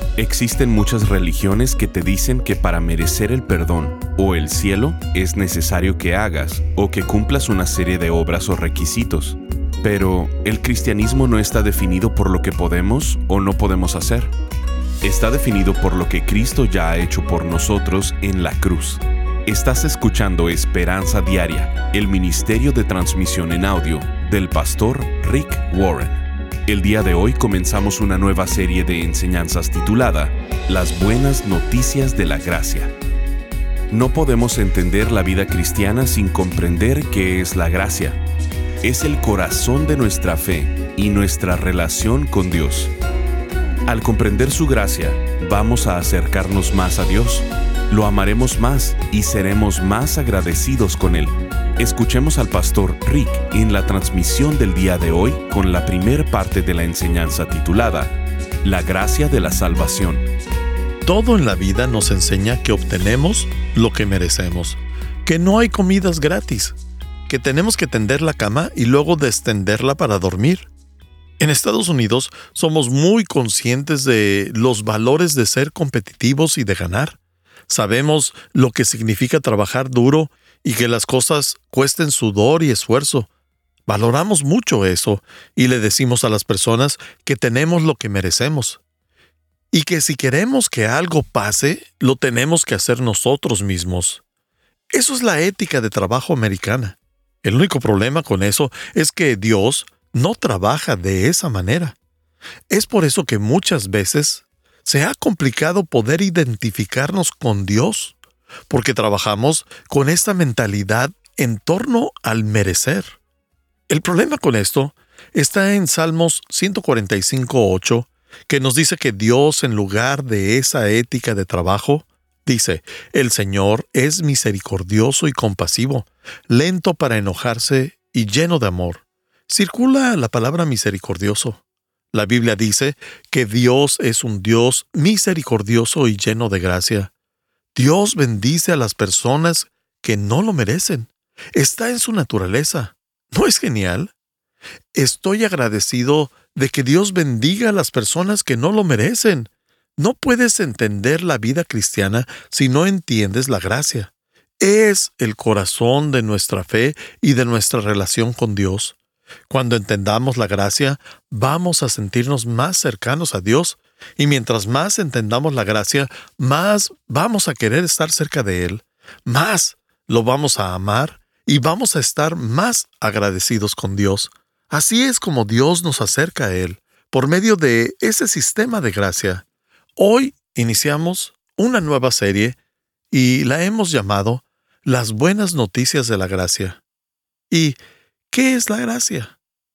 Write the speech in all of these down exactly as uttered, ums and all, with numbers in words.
Existen muchas religiones que te dicen que para merecer el perdón o el cielo es necesario que hagas o que cumplas una serie de obras o requisitos. Pero el cristianismo no está definido por lo que podemos o no podemos hacer. Está definido por lo que Cristo ya ha hecho por nosotros en la cruz. Estás escuchando Esperanza Diaria, el ministerio de transmisión en audio del pastor Rick Warren. El día de hoy comenzamos una nueva serie de enseñanzas titulada Las Buenas Noticias de la Gracia. No podemos entender la vida cristiana sin comprender qué es la gracia. Es el corazón de nuestra fe y nuestra relación con Dios. Al comprender su gracia, vamos a acercarnos más a Dios, lo amaremos más y seremos más agradecidos con Él. Escuchemos al pastor Rick en la transmisión del día de hoy con la primera parte de la enseñanza titulada La Gracia de la Salvación. Todo en la vida nos enseña que obtenemos lo que merecemos, que no hay comidas gratis, que tenemos que tender la cama y luego destenderla para dormir. En Estados Unidos somos muy conscientes de los valores de ser competitivos y de ganar. Sabemos lo que significa trabajar duro y que las cosas cuesten sudor y esfuerzo. Valoramos mucho eso y le decimos a las personas que tenemos lo que merecemos. Y que si queremos que algo pase, lo tenemos que hacer nosotros mismos. Eso es la ética de trabajo americana. El único problema con eso es que Dios no trabaja de esa manera. Es por eso que muchas veces se ha complicado poder identificarnos con Dios, porque trabajamos con esta mentalidad en torno al merecer. El problema con esto está en Salmos ciento cuarenta y cinco, ocho, que nos dice que Dios, en lugar de esa ética de trabajo, dice: El Señor es misericordioso y compasivo, lento para enojarse y lleno de amor. Circula la palabra misericordioso. La Biblia dice que Dios es un Dios misericordioso y lleno de gracia. Dios bendice a las personas que no lo merecen. Está en su naturaleza. ¿No es genial? Estoy agradecido de que Dios bendiga a las personas que no lo merecen. No puedes entender la vida cristiana si no entiendes la gracia. Es el corazón de nuestra fe y de nuestra relación con Dios. Cuando entendamos la gracia, vamos a sentirnos más cercanos a Dios, y mientras más entendamos la gracia, más vamos a querer estar cerca de Él, más lo vamos a amar y vamos a estar más agradecidos con Dios. Así es como Dios nos acerca a Él, por medio de ese sistema de gracia. Hoy iniciamos una nueva serie y la hemos llamado Las Buenas Noticias de la Gracia. ¿Y qué es la gracia?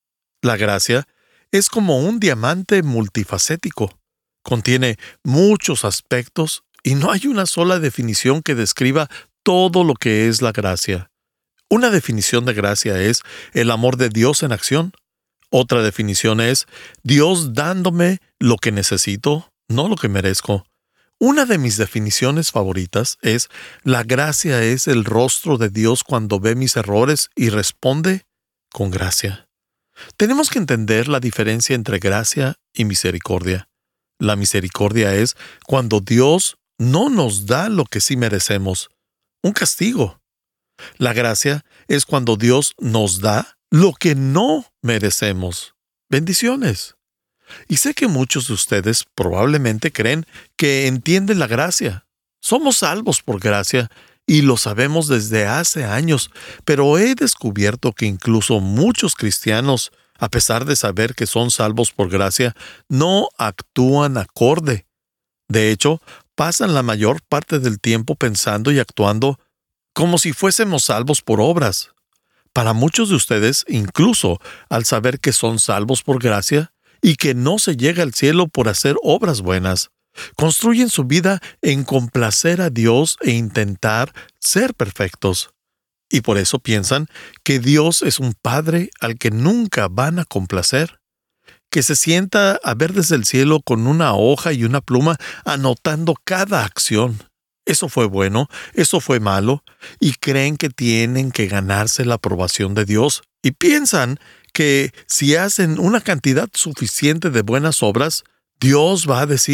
La gracia es como un diamante multifacético. Contiene muchos aspectos y no hay una sola definición que describa todo lo que es la gracia. Una definición de gracia es el amor de Dios en acción. Otra definición es Dios dándome lo que necesito, no lo que merezco. Una de mis definiciones favoritas es la gracia es el rostro de Dios cuando ve mis errores y responde con gracia. Tenemos que entender la diferencia entre gracia y misericordia. La misericordia es cuando Dios no nos da lo que sí merecemos, un castigo. La gracia es cuando Dios nos da lo que no merecemos, bendiciones. Y sé que muchos de ustedes probablemente creen que entienden la gracia. Somos salvos por gracia y lo sabemos desde hace años, pero he descubierto que incluso muchos cristianos, a pesar de saber que son salvos por gracia, no actúan acorde. De hecho, pasan la mayor parte del tiempo pensando y actuando como si fuésemos salvos por obras. Para muchos de ustedes, incluso al saber que son salvos por gracia y que no se llega al cielo por hacer obras buenas, construyen su vida en complacer a Dios e intentar ser perfectos. Y por eso piensan que Dios es un padre al que nunca van a complacer, que se sienta a ver desde el cielo con una hoja y una pluma anotando cada acción. Eso fue bueno, eso fue malo, y creen que tienen que ganarse la aprobación de Dios, y piensan que si hacen una cantidad suficiente de buenas obras, Dios va a decir: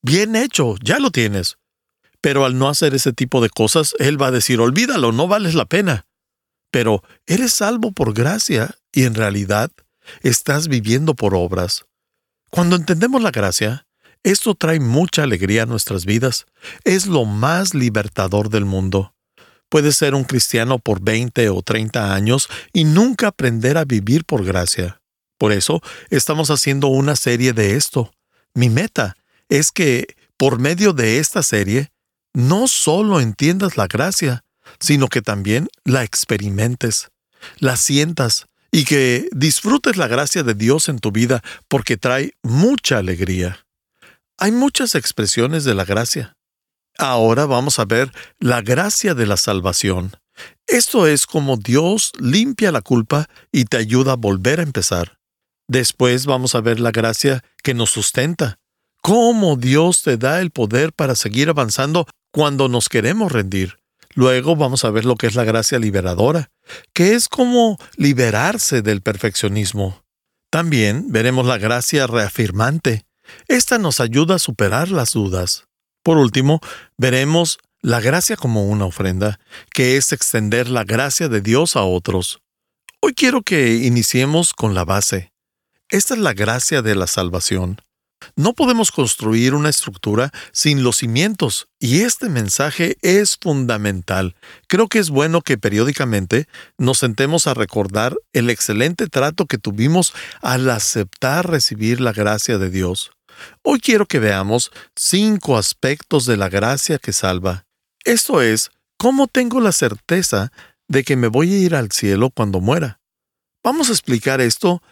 Bien hecho, ya lo tienes. Pero al no hacer ese tipo de cosas, Él va a decir, olvídalo, no vales la pena. Pero eres salvo por gracia y en realidad estás viviendo por obras. Cuando entendemos la gracia, esto trae mucha alegría a nuestras vidas. Es lo más libertador del mundo. Puedes ser un cristiano por veinte o treinta años y nunca aprender a vivir por gracia. Por eso, estamos haciendo una serie de esto. Mi meta es que, por medio de esta serie, no solo entiendas la gracia, sino que también la experimentes, la sientas y que disfrutes la gracia de Dios en tu vida porque trae mucha alegría. Hay muchas expresiones de la gracia. Ahora vamos a ver la gracia de la salvación. Esto es como Dios limpia la culpa y te ayuda a volver a empezar. Después vamos a ver la gracia que nos sustenta. Cómo Dios te da el poder para seguir avanzando cuando nos queremos rendir. Luego vamos a ver lo que es la gracia liberadora, que es como liberarse del perfeccionismo. También veremos la gracia reafirmante. Esta nos ayuda a superar las dudas. Por último, veremos la gracia como una ofrenda, que es extender la gracia de Dios a otros. Hoy quiero que iniciemos con la base. Esta es la gracia de la salvación. No podemos construir una estructura sin los cimientos, y este mensaje es fundamental. Creo que es bueno que periódicamente nos sentemos a recordar el excelente trato que tuvimos al aceptar recibir la gracia de Dios. Hoy quiero que veamos cinco aspectos de la gracia que salva. Esto es, ¿cómo tengo la certeza de que me voy a ir al cielo cuando muera? Vamos a explicar esto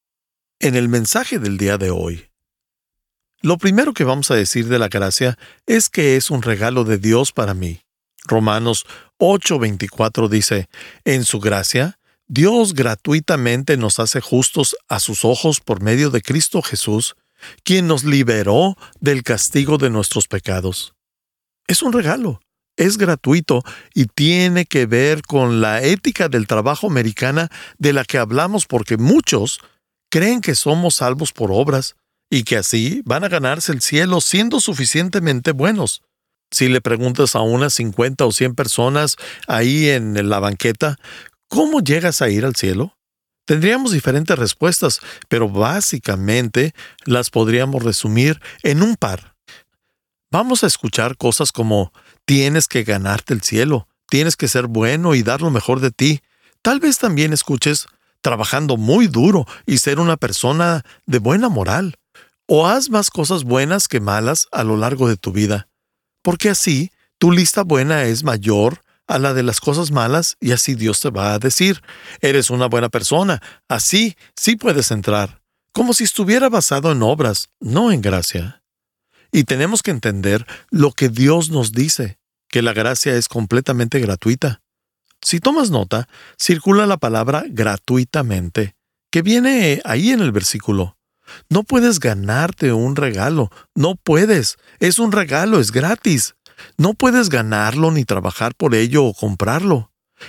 en el mensaje del día de hoy. Lo primero que vamos a decir de la gracia es que es un regalo de Dios para mí. Romanos ocho veinticuatro dice, en su gracia, Dios gratuitamente nos hace justos a sus ojos por medio de Cristo Jesús, quien nos liberó del castigo de nuestros pecados. Es un regalo, es gratuito y tiene que ver con la ética del trabajo americana de la que hablamos porque muchos creen que somos salvos por obras y que así van a ganarse el cielo siendo suficientemente buenos. Si le preguntas a unas cincuenta o cien personas ahí en la banqueta, ¿cómo llegas a ir al cielo? Tendríamos diferentes respuestas, pero básicamente las podríamos resumir en un par. Vamos a escuchar cosas como, tienes que ganarte el cielo, tienes que ser bueno y dar lo mejor de ti. Tal vez también escuches, trabajando muy duro y ser una persona de buena moral. O haz más cosas buenas que malas a lo largo de tu vida, porque así tu lista buena es mayor a la de las cosas malas y así Dios te va a decir, eres una buena persona, así sí puedes entrar, como si estuviera basado en obras, no en gracia. Y tenemos que entender lo que Dios nos dice, que la gracia es completamente gratuita. Si tomas nota, circula la palabra gratuitamente, que viene ahí en el versículo. No puedes ganarte un regalo, no puedes, es un regalo, es gratis. No puedes ganarlo ni trabajar por ello o comprarlo.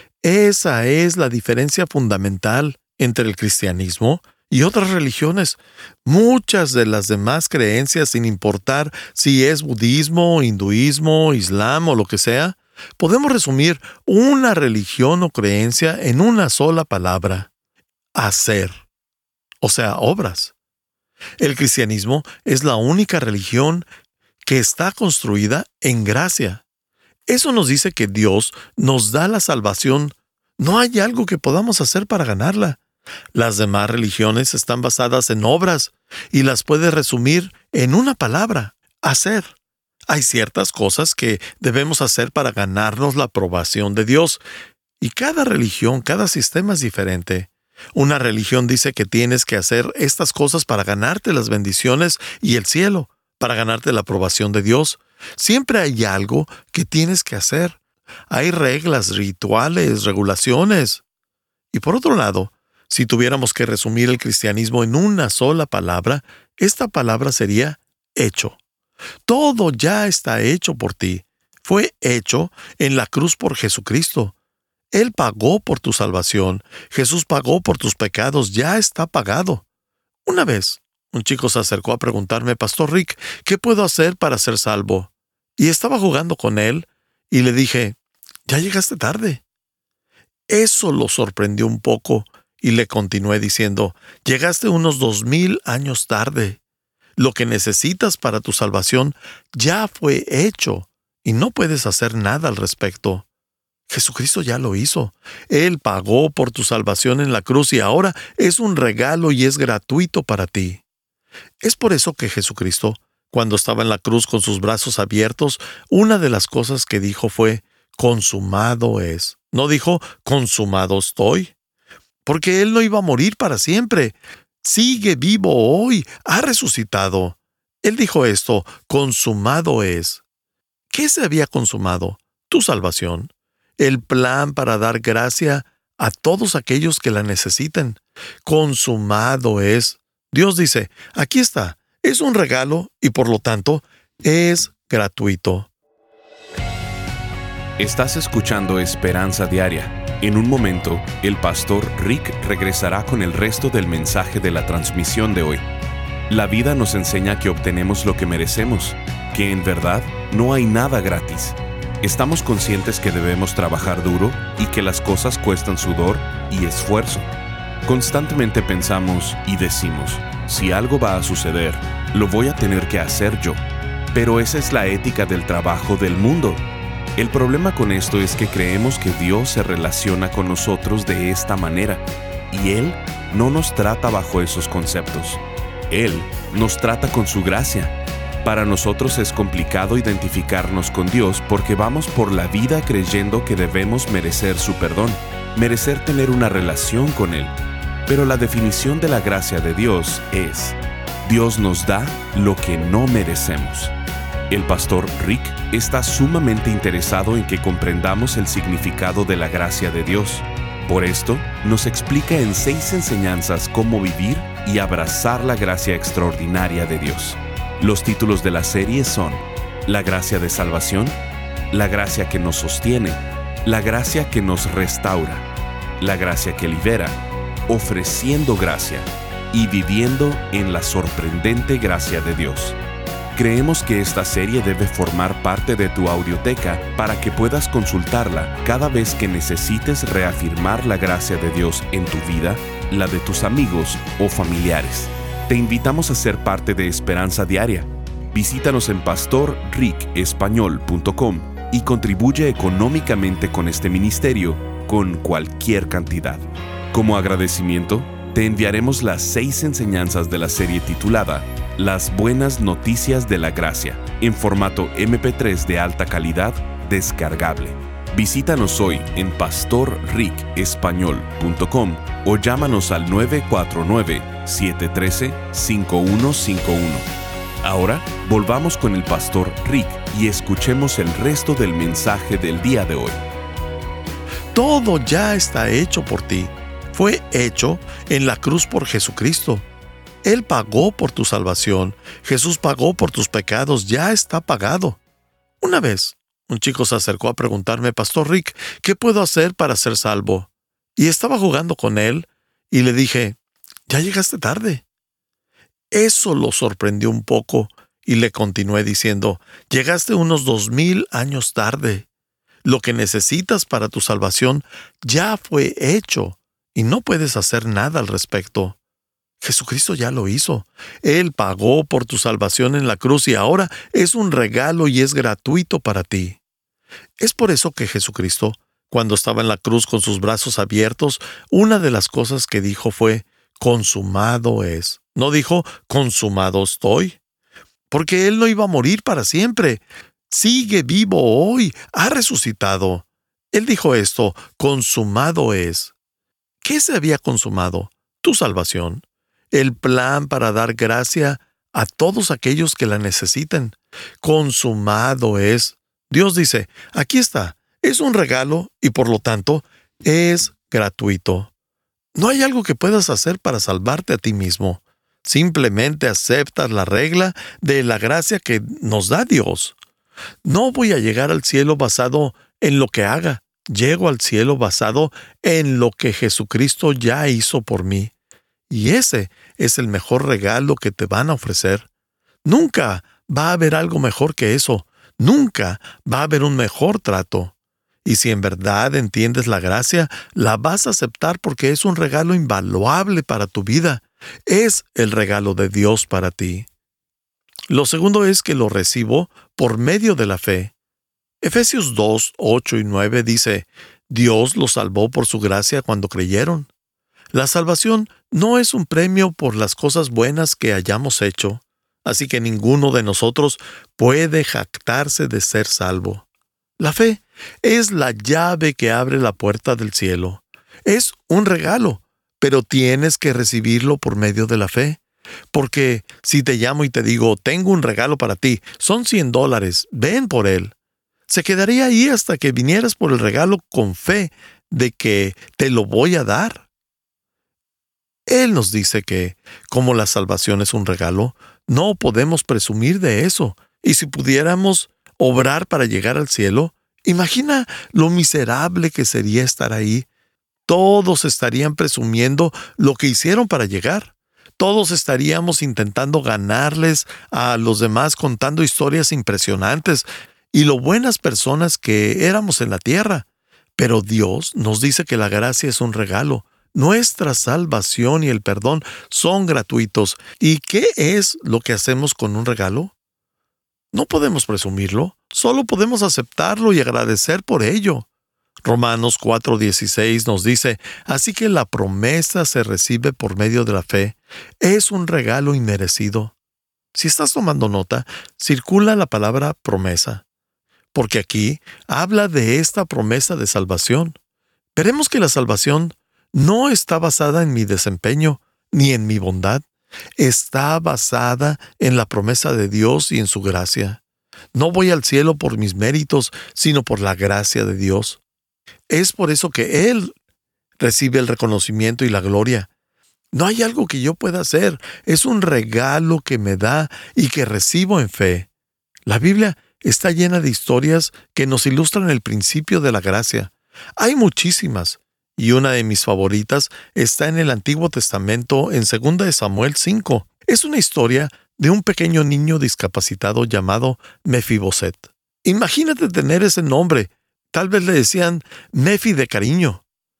Esa es la diferencia fundamental entre el cristianismo y otras religiones. Muchas de las demás creencias, sin importar si es budismo, hinduismo, islam o lo que sea, podemos resumir una religión o creencia en una sola palabra: hacer, o sea, obras. El cristianismo es la única religión que está construida en gracia. Eso nos dice que Dios nos da la salvación. No hay algo que podamos hacer para ganarla. Las demás religiones están basadas en obras y las puedes resumir en una palabra: hacer. Hay ciertas cosas que debemos hacer para ganarnos la aprobación de Dios. Y cada religión, cada sistema es diferente. Una religión dice que tienes que hacer estas cosas para ganarte las bendiciones y el cielo, para ganarte la aprobación de Dios. Siempre hay algo que tienes que hacer. Hay reglas, rituales, regulaciones. Y por otro lado, si tuviéramos que resumir el cristianismo en una sola palabra, esta palabra sería hecho. Todo ya está hecho por ti. Fue hecho en la cruz por Jesucristo. Él pagó por tu salvación. Jesús pagó por tus pecados. Ya está pagado. Una vez, un chico se acercó a preguntarme, Pastor Rick, ¿qué puedo hacer para ser salvo? Y estaba jugando con él y le dije, ya llegaste tarde. Eso lo sorprendió un poco y le continué diciendo, llegaste unos dos mil años tarde. Lo que necesitas para tu salvación ya fue hecho y no puedes hacer nada al respecto. Jesucristo ya lo hizo. Él pagó por tu salvación en la cruz y ahora es un regalo y es gratuito para ti. Es por eso que Jesucristo, cuando estaba en la cruz con sus brazos abiertos, una de las cosas que dijo fue, consumado es. No dijo, consumado estoy. Porque Él no iba a morir para siempre. Sigue vivo hoy, ha resucitado. Él dijo esto, consumado es. ¿Qué se había consumado? Tu salvación. El plan para dar gracia a todos aquellos que la necesiten. Consumado es. Dios dice, aquí está, es un regalo y por lo tanto es gratuito. Estás escuchando Esperanza Diaria. En un momento, el pastor Rick regresará con el resto del mensaje de la transmisión de hoy. La vida nos enseña que obtenemos lo que merecemos, que en verdad no hay nada gratis. Estamos conscientes que debemos trabajar duro y que las cosas cuestan sudor y esfuerzo. Constantemente pensamos y decimos, si algo va a suceder, lo voy a tener que hacer yo. Pero esa es la ética del trabajo del mundo. El problema con esto es que creemos que Dios se relaciona con nosotros de esta manera, y Él no nos trata bajo esos conceptos. Él nos trata con su gracia. Para nosotros es complicado identificarnos con Dios porque vamos por la vida creyendo que debemos merecer su perdón, merecer tener una relación con Él. Pero la definición de la gracia de Dios es, Dios nos da lo que no merecemos. El pastor Rick está sumamente interesado en que comprendamos el significado de la gracia de Dios. Por esto, nos explica en seis enseñanzas cómo vivir y abrazar la gracia extraordinaria de Dios. Los títulos de la serie son La gracia de salvación, La gracia que nos sostiene, La gracia que nos restaura, La gracia que libera, Ofreciendo gracia y Viviendo en la sorprendente gracia de Dios. Creemos que esta serie debe formar parte de tu audioteca para que puedas consultarla cada vez que necesites reafirmar la gracia de Dios en tu vida, la de tus amigos o familiares. Te invitamos a ser parte de Esperanza Diaria. Visítanos en pastor rick español punto com y contribuye económicamente con este ministerio con cualquier cantidad. Como agradecimiento, te enviaremos las seis enseñanzas de la serie titulada Las Buenas Noticias de la Gracia, en formato eme pe tres de alta calidad, descargable. Visítanos hoy en pastor rick español punto com o llámanos al nueve cuatro nueve, siete uno tres, cinco uno cinco uno. Ahora, volvamos con el pastor Rick y escuchemos el resto del mensaje del día de hoy. Todo ya está hecho por ti. Fue hecho en la cruz por Jesucristo. Él pagó por tu salvación. Jesús pagó por tus pecados. Ya está pagado. Una vez, un chico se acercó a preguntarme, Pastor Rick, ¿qué puedo hacer para ser salvo? Y estaba jugando con él y le dije, ya llegaste tarde. Eso lo sorprendió un poco y le continué diciendo, llegaste unos dos mil años tarde. Lo que necesitas para tu salvación ya fue hecho y no puedes hacer nada al respecto. Jesucristo ya lo hizo. Él pagó por tu salvación en la cruz y ahora es un regalo y es gratuito para ti. Es por eso que Jesucristo, cuando estaba en la cruz con sus brazos abiertos, una de las cosas que dijo fue, consumado es. No dijo, consumado estoy. Porque Él no iba a morir para siempre. Sigue vivo hoy, ha resucitado. Él dijo esto, consumado es. ¿Qué se había consumado? Tu salvación. El plan para dar gracia a todos aquellos que la necesiten. Consumado es. Dios dice, aquí está, es un regalo y por lo tanto es gratuito. No hay algo que puedas hacer para salvarte a ti mismo. Simplemente aceptas la regla de la gracia que nos da Dios. No voy a llegar al cielo basado en lo que haga. Llego al cielo basado en lo que Jesucristo ya hizo por mí. Y ese es el mejor regalo que te van a ofrecer. Nunca va a haber algo mejor que eso. Nunca va a haber un mejor trato. Y si en verdad entiendes la gracia, la vas a aceptar porque es un regalo invaluable para tu vida. Es el regalo de Dios para ti. Lo segundo es que lo recibo por medio de la fe. Efesios dos, ocho y nueve dice, Dios los salvó por su gracia cuando creyeron. La salvación no es un premio por las cosas buenas que hayamos hecho, así que ninguno de nosotros puede jactarse de ser salvo. La fe es la llave que abre la puerta del cielo. Es un regalo, pero tienes que recibirlo por medio de la fe. Porque si te llamo y te digo, tengo un regalo para ti, son cien dólares, ven por él. Se quedaría ahí hasta que vinieras por el regalo con fe de que te lo voy a dar. Él nos dice que, como la salvación es un regalo, no podemos presumir de eso. Y si pudiéramos obrar para llegar al cielo, imagina lo miserable que sería estar ahí. Todos estarían presumiendo lo que hicieron para llegar. Todos estaríamos intentando ganarles a los demás contando historias impresionantes y lo buenas personas que éramos en la tierra. Pero Dios nos dice que la gracia es un regalo. Nuestra salvación y el perdón son gratuitos. ¿Y qué es lo que hacemos con un regalo? No podemos presumirlo, solo podemos aceptarlo y agradecer por ello. Romanos cuatro dieciséis nos dice, así que la promesa se recibe por medio de la fe. Es un regalo inmerecido. Si estás tomando nota, circula la palabra promesa, porque aquí habla de esta promesa de salvación. Veremos que la salvación no está basada en mi desempeño ni en mi bondad. Está basada en la promesa de Dios y en su gracia. No voy al cielo por mis méritos, sino por la gracia de Dios. Es por eso que Él recibe el reconocimiento y la gloria. No hay algo que yo pueda hacer. Es un regalo que me da y que recibo en fe. La Biblia está llena de historias que nos ilustran el principio de la gracia. Hay muchísimas, y una de mis favoritas está en el Antiguo Testamento en segunda de Samuel cinco. Es una historia de un pequeño niño discapacitado llamado Mefiboset. Imagínate tener ese nombre. Tal vez le decían Mefi de cariño.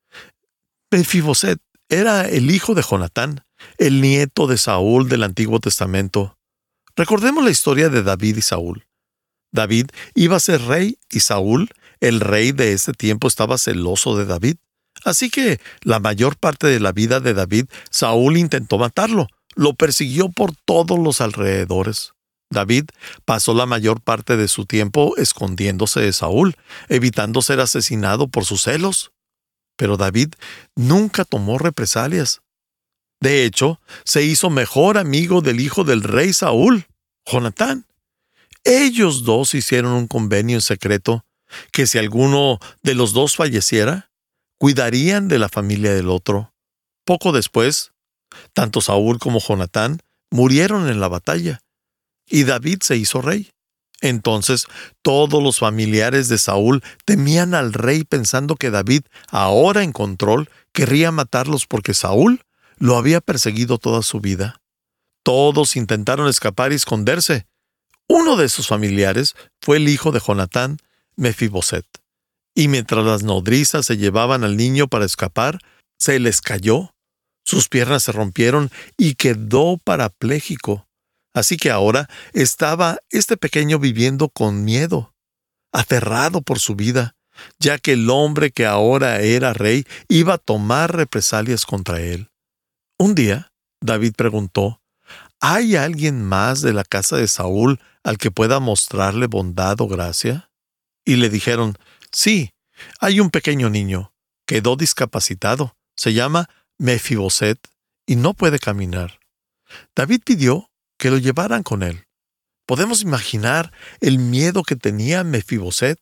Mefiboset era el hijo de Jonatán, el nieto de Saúl del Antiguo Testamento. Recordemos la historia de David y Saúl. David iba a ser rey y Saúl, el rey de ese tiempo, estaba celoso de David. Así que la mayor parte de la vida de David, Saúl intentó matarlo. Lo persiguió por todos los alrededores. David pasó la mayor parte de su tiempo escondiéndose de Saúl, evitando ser asesinado por sus celos. Pero David nunca tomó represalias. De hecho, se hizo mejor amigo del hijo del rey Saúl, Jonatán. Ellos dos hicieron un convenio en secreto que si alguno de los dos falleciera, cuidarían de la familia del otro. Poco después, tanto Saúl como Jonatán murieron en la batalla, y David se hizo rey. Entonces, todos los familiares de Saúl temían al rey pensando que David, ahora en control, querría matarlos porque Saúl lo había perseguido toda su vida. Todos intentaron escapar y esconderse. Uno de sus familiares fue el hijo de Jonatán, Mefiboset. Y mientras las nodrizas se llevaban al niño para escapar, se les cayó. Sus piernas se rompieron y quedó parapléjico. Así que ahora estaba este pequeño viviendo con miedo, aterrado por su vida, ya que el hombre que ahora era rey iba a tomar represalias contra él. Un día, David preguntó, ¿hay alguien más de la casa de Saúl al que pueda mostrarle bondad o gracia? Y le dijeron, sí, hay un pequeño niño, quedó discapacitado, se llama Mefiboset y no puede caminar. David pidió que lo llevaran con él. ¿Podemos imaginar el miedo que tenía Mefiboset?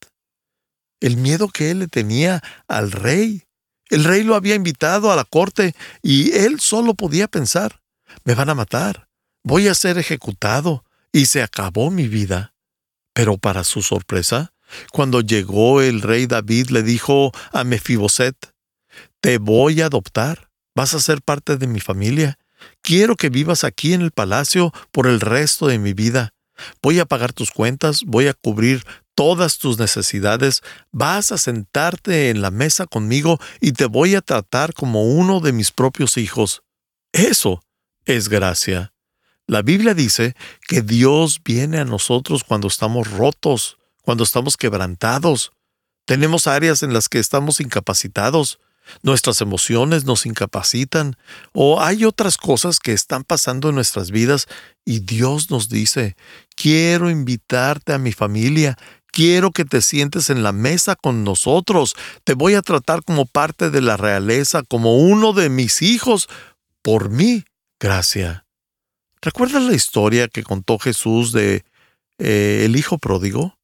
El miedo que él le tenía al rey. El rey lo había invitado a la corte y él solo podía pensar, me van a matar, voy a ser ejecutado y se acabó mi vida. Pero para su sorpresa, cuando llegó el rey David le dijo a Mefiboset, te voy a adoptar Vas a ser parte de mi familia. Quiero que vivas aquí en el palacio por el resto de mi vida. Voy a pagar tus cuentas, voy a cubrir todas tus necesidades. Vas a sentarte en la mesa conmigo y te voy a tratar como uno de mis propios hijos. Eso es gracia. La Biblia dice que Dios viene a nosotros cuando estamos rotos, cuando estamos quebrantados. Tenemos áreas en las que estamos incapacitados. Nuestras emociones nos incapacitan, o hay otras cosas que están pasando en nuestras vidas y Dios nos dice: quiero invitarte a mi familia, quiero que te sientes en la mesa con nosotros, te voy a tratar como parte de la realeza, como uno de mis hijos, por mi gracia. ¿Recuerdas la historia que contó Jesús de eh, el hijo pródigo?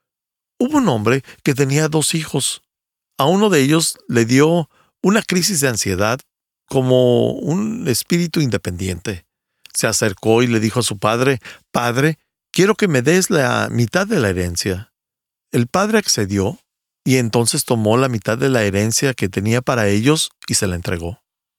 Hubo un hombre que tenía dos hijos. A uno de ellos le dio una crisis de ansiedad como un espíritu independiente. Se acercó y le dijo a su padre: «Padre, quiero que me des la mitad de la herencia». El padre accedió y entonces tomó la mitad de la herencia que tenía para ellos y se la entregó.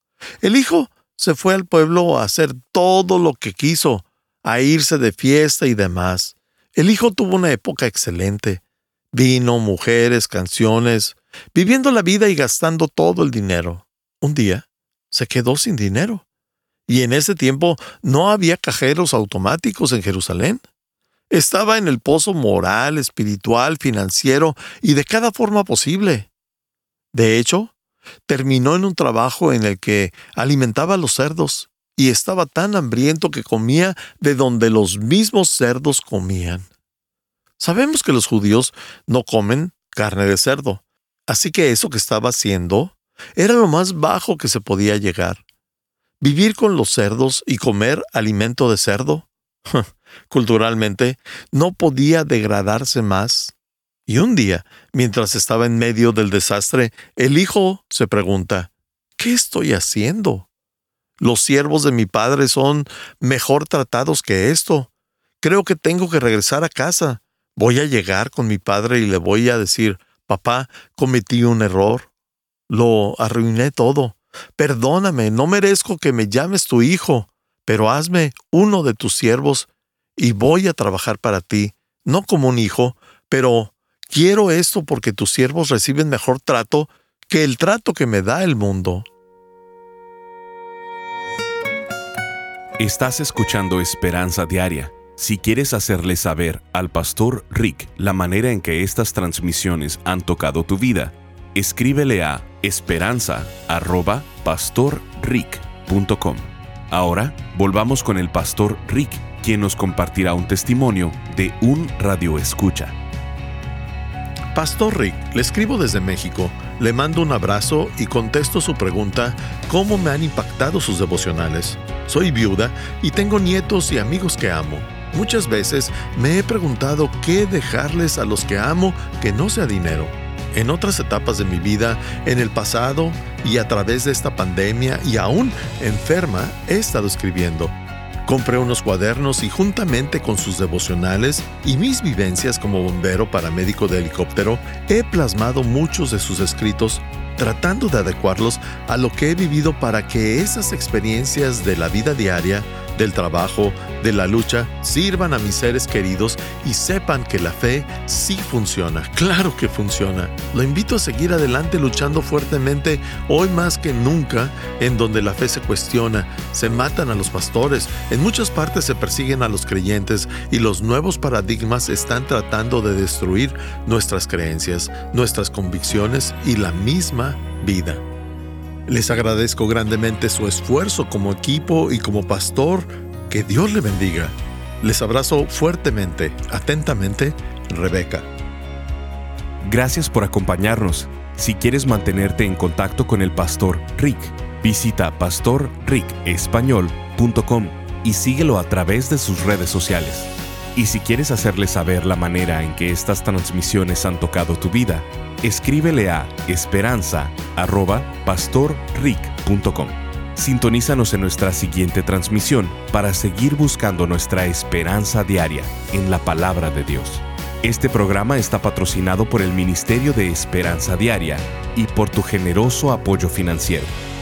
El hijo se fue al pueblo a hacer todo lo que quiso, a irse de fiesta y demás. El hijo tuvo una época excelente. Vino, mujeres, canciones, viviendo la vida y gastando todo el dinero. Un día se quedó sin dinero. Y en ese tiempo no había cajeros automáticos en Jerusalén. Estaba en el pozo moral, espiritual, financiero y de cada forma posible. De hecho, terminó en un trabajo en el que alimentaba a los cerdos y estaba tan hambriento que comía de donde los mismos cerdos comían. Sabemos que los judíos no comen carne de cerdo, así que eso que estaba haciendo era lo más bajo que se podía llegar. Vivir con los cerdos y comer alimento de cerdo, culturalmente, no podía degradarse más. Y un día, mientras estaba en medio del desastre, el hijo se pregunta: ¿qué estoy haciendo? Los siervos de mi padre son mejor tratados que esto. Creo que tengo que regresar a casa. Voy a llegar con mi padre y le voy a decir: papá, cometí un error. Lo arruiné todo. Perdóname, no merezco que me llames tu hijo, pero hazme uno de tus siervos y voy a trabajar para ti, no como un hijo, pero quiero esto porque tus siervos reciben mejor trato que el trato que me da el mundo. Estás escuchando Esperanza Diaria. Si quieres hacerle saber al Pastor Rick la manera en que estas transmisiones han tocado tu vida, escríbele a esperanza arroba pastor rick punto com. Ahora, volvamos con el Pastor Rick, quien nos compartirá un testimonio de un radioescucha. Pastor Rick, le escribo desde México. Le mando un abrazo y contesto su pregunta: ¿cómo me han impactado sus devocionales? Soy viuda y tengo nietos y amigos que amo. Muchas veces me he preguntado qué dejarles a los que amo que no sea dinero. En otras etapas de mi vida, en el pasado y a través de esta pandemia y aún enferma, he estado escribiendo. Compré unos cuadernos y juntamente con sus devocionales y mis vivencias como bombero paramédico de helicóptero, he plasmado muchos de sus escritos, tratando de adecuarlos a lo que he vivido para que esas experiencias de la vida diaria, del trabajo, de la lucha, sirvan a mis seres queridos y sepan que la fe sí funciona. ¡Claro que funciona! Lo invito a seguir adelante luchando fuertemente, hoy más que nunca, en donde la fe se cuestiona, se matan a los pastores, en muchas partes se persiguen a los creyentes y los nuevos paradigmas están tratando de destruir nuestras creencias, nuestras convicciones y la misma vida. Les agradezco grandemente su esfuerzo como equipo y como pastor. Que Dios le bendiga. Les abrazo fuertemente. Atentamente, Rebeca. Gracias por acompañarnos. Si quieres mantenerte en contacto con el Pastor Rick, visita pastor rick español punto com y síguelo a través de sus redes sociales. Y si quieres hacerle saber la manera en que estas transmisiones han tocado tu vida, escríbele a esperanza arroba pastor rick punto com. Sintonízanos en nuestra siguiente transmisión para seguir buscando nuestra esperanza diaria en la palabra de Dios. Este programa está patrocinado por el Ministerio de Esperanza Diaria y por tu generoso apoyo financiero.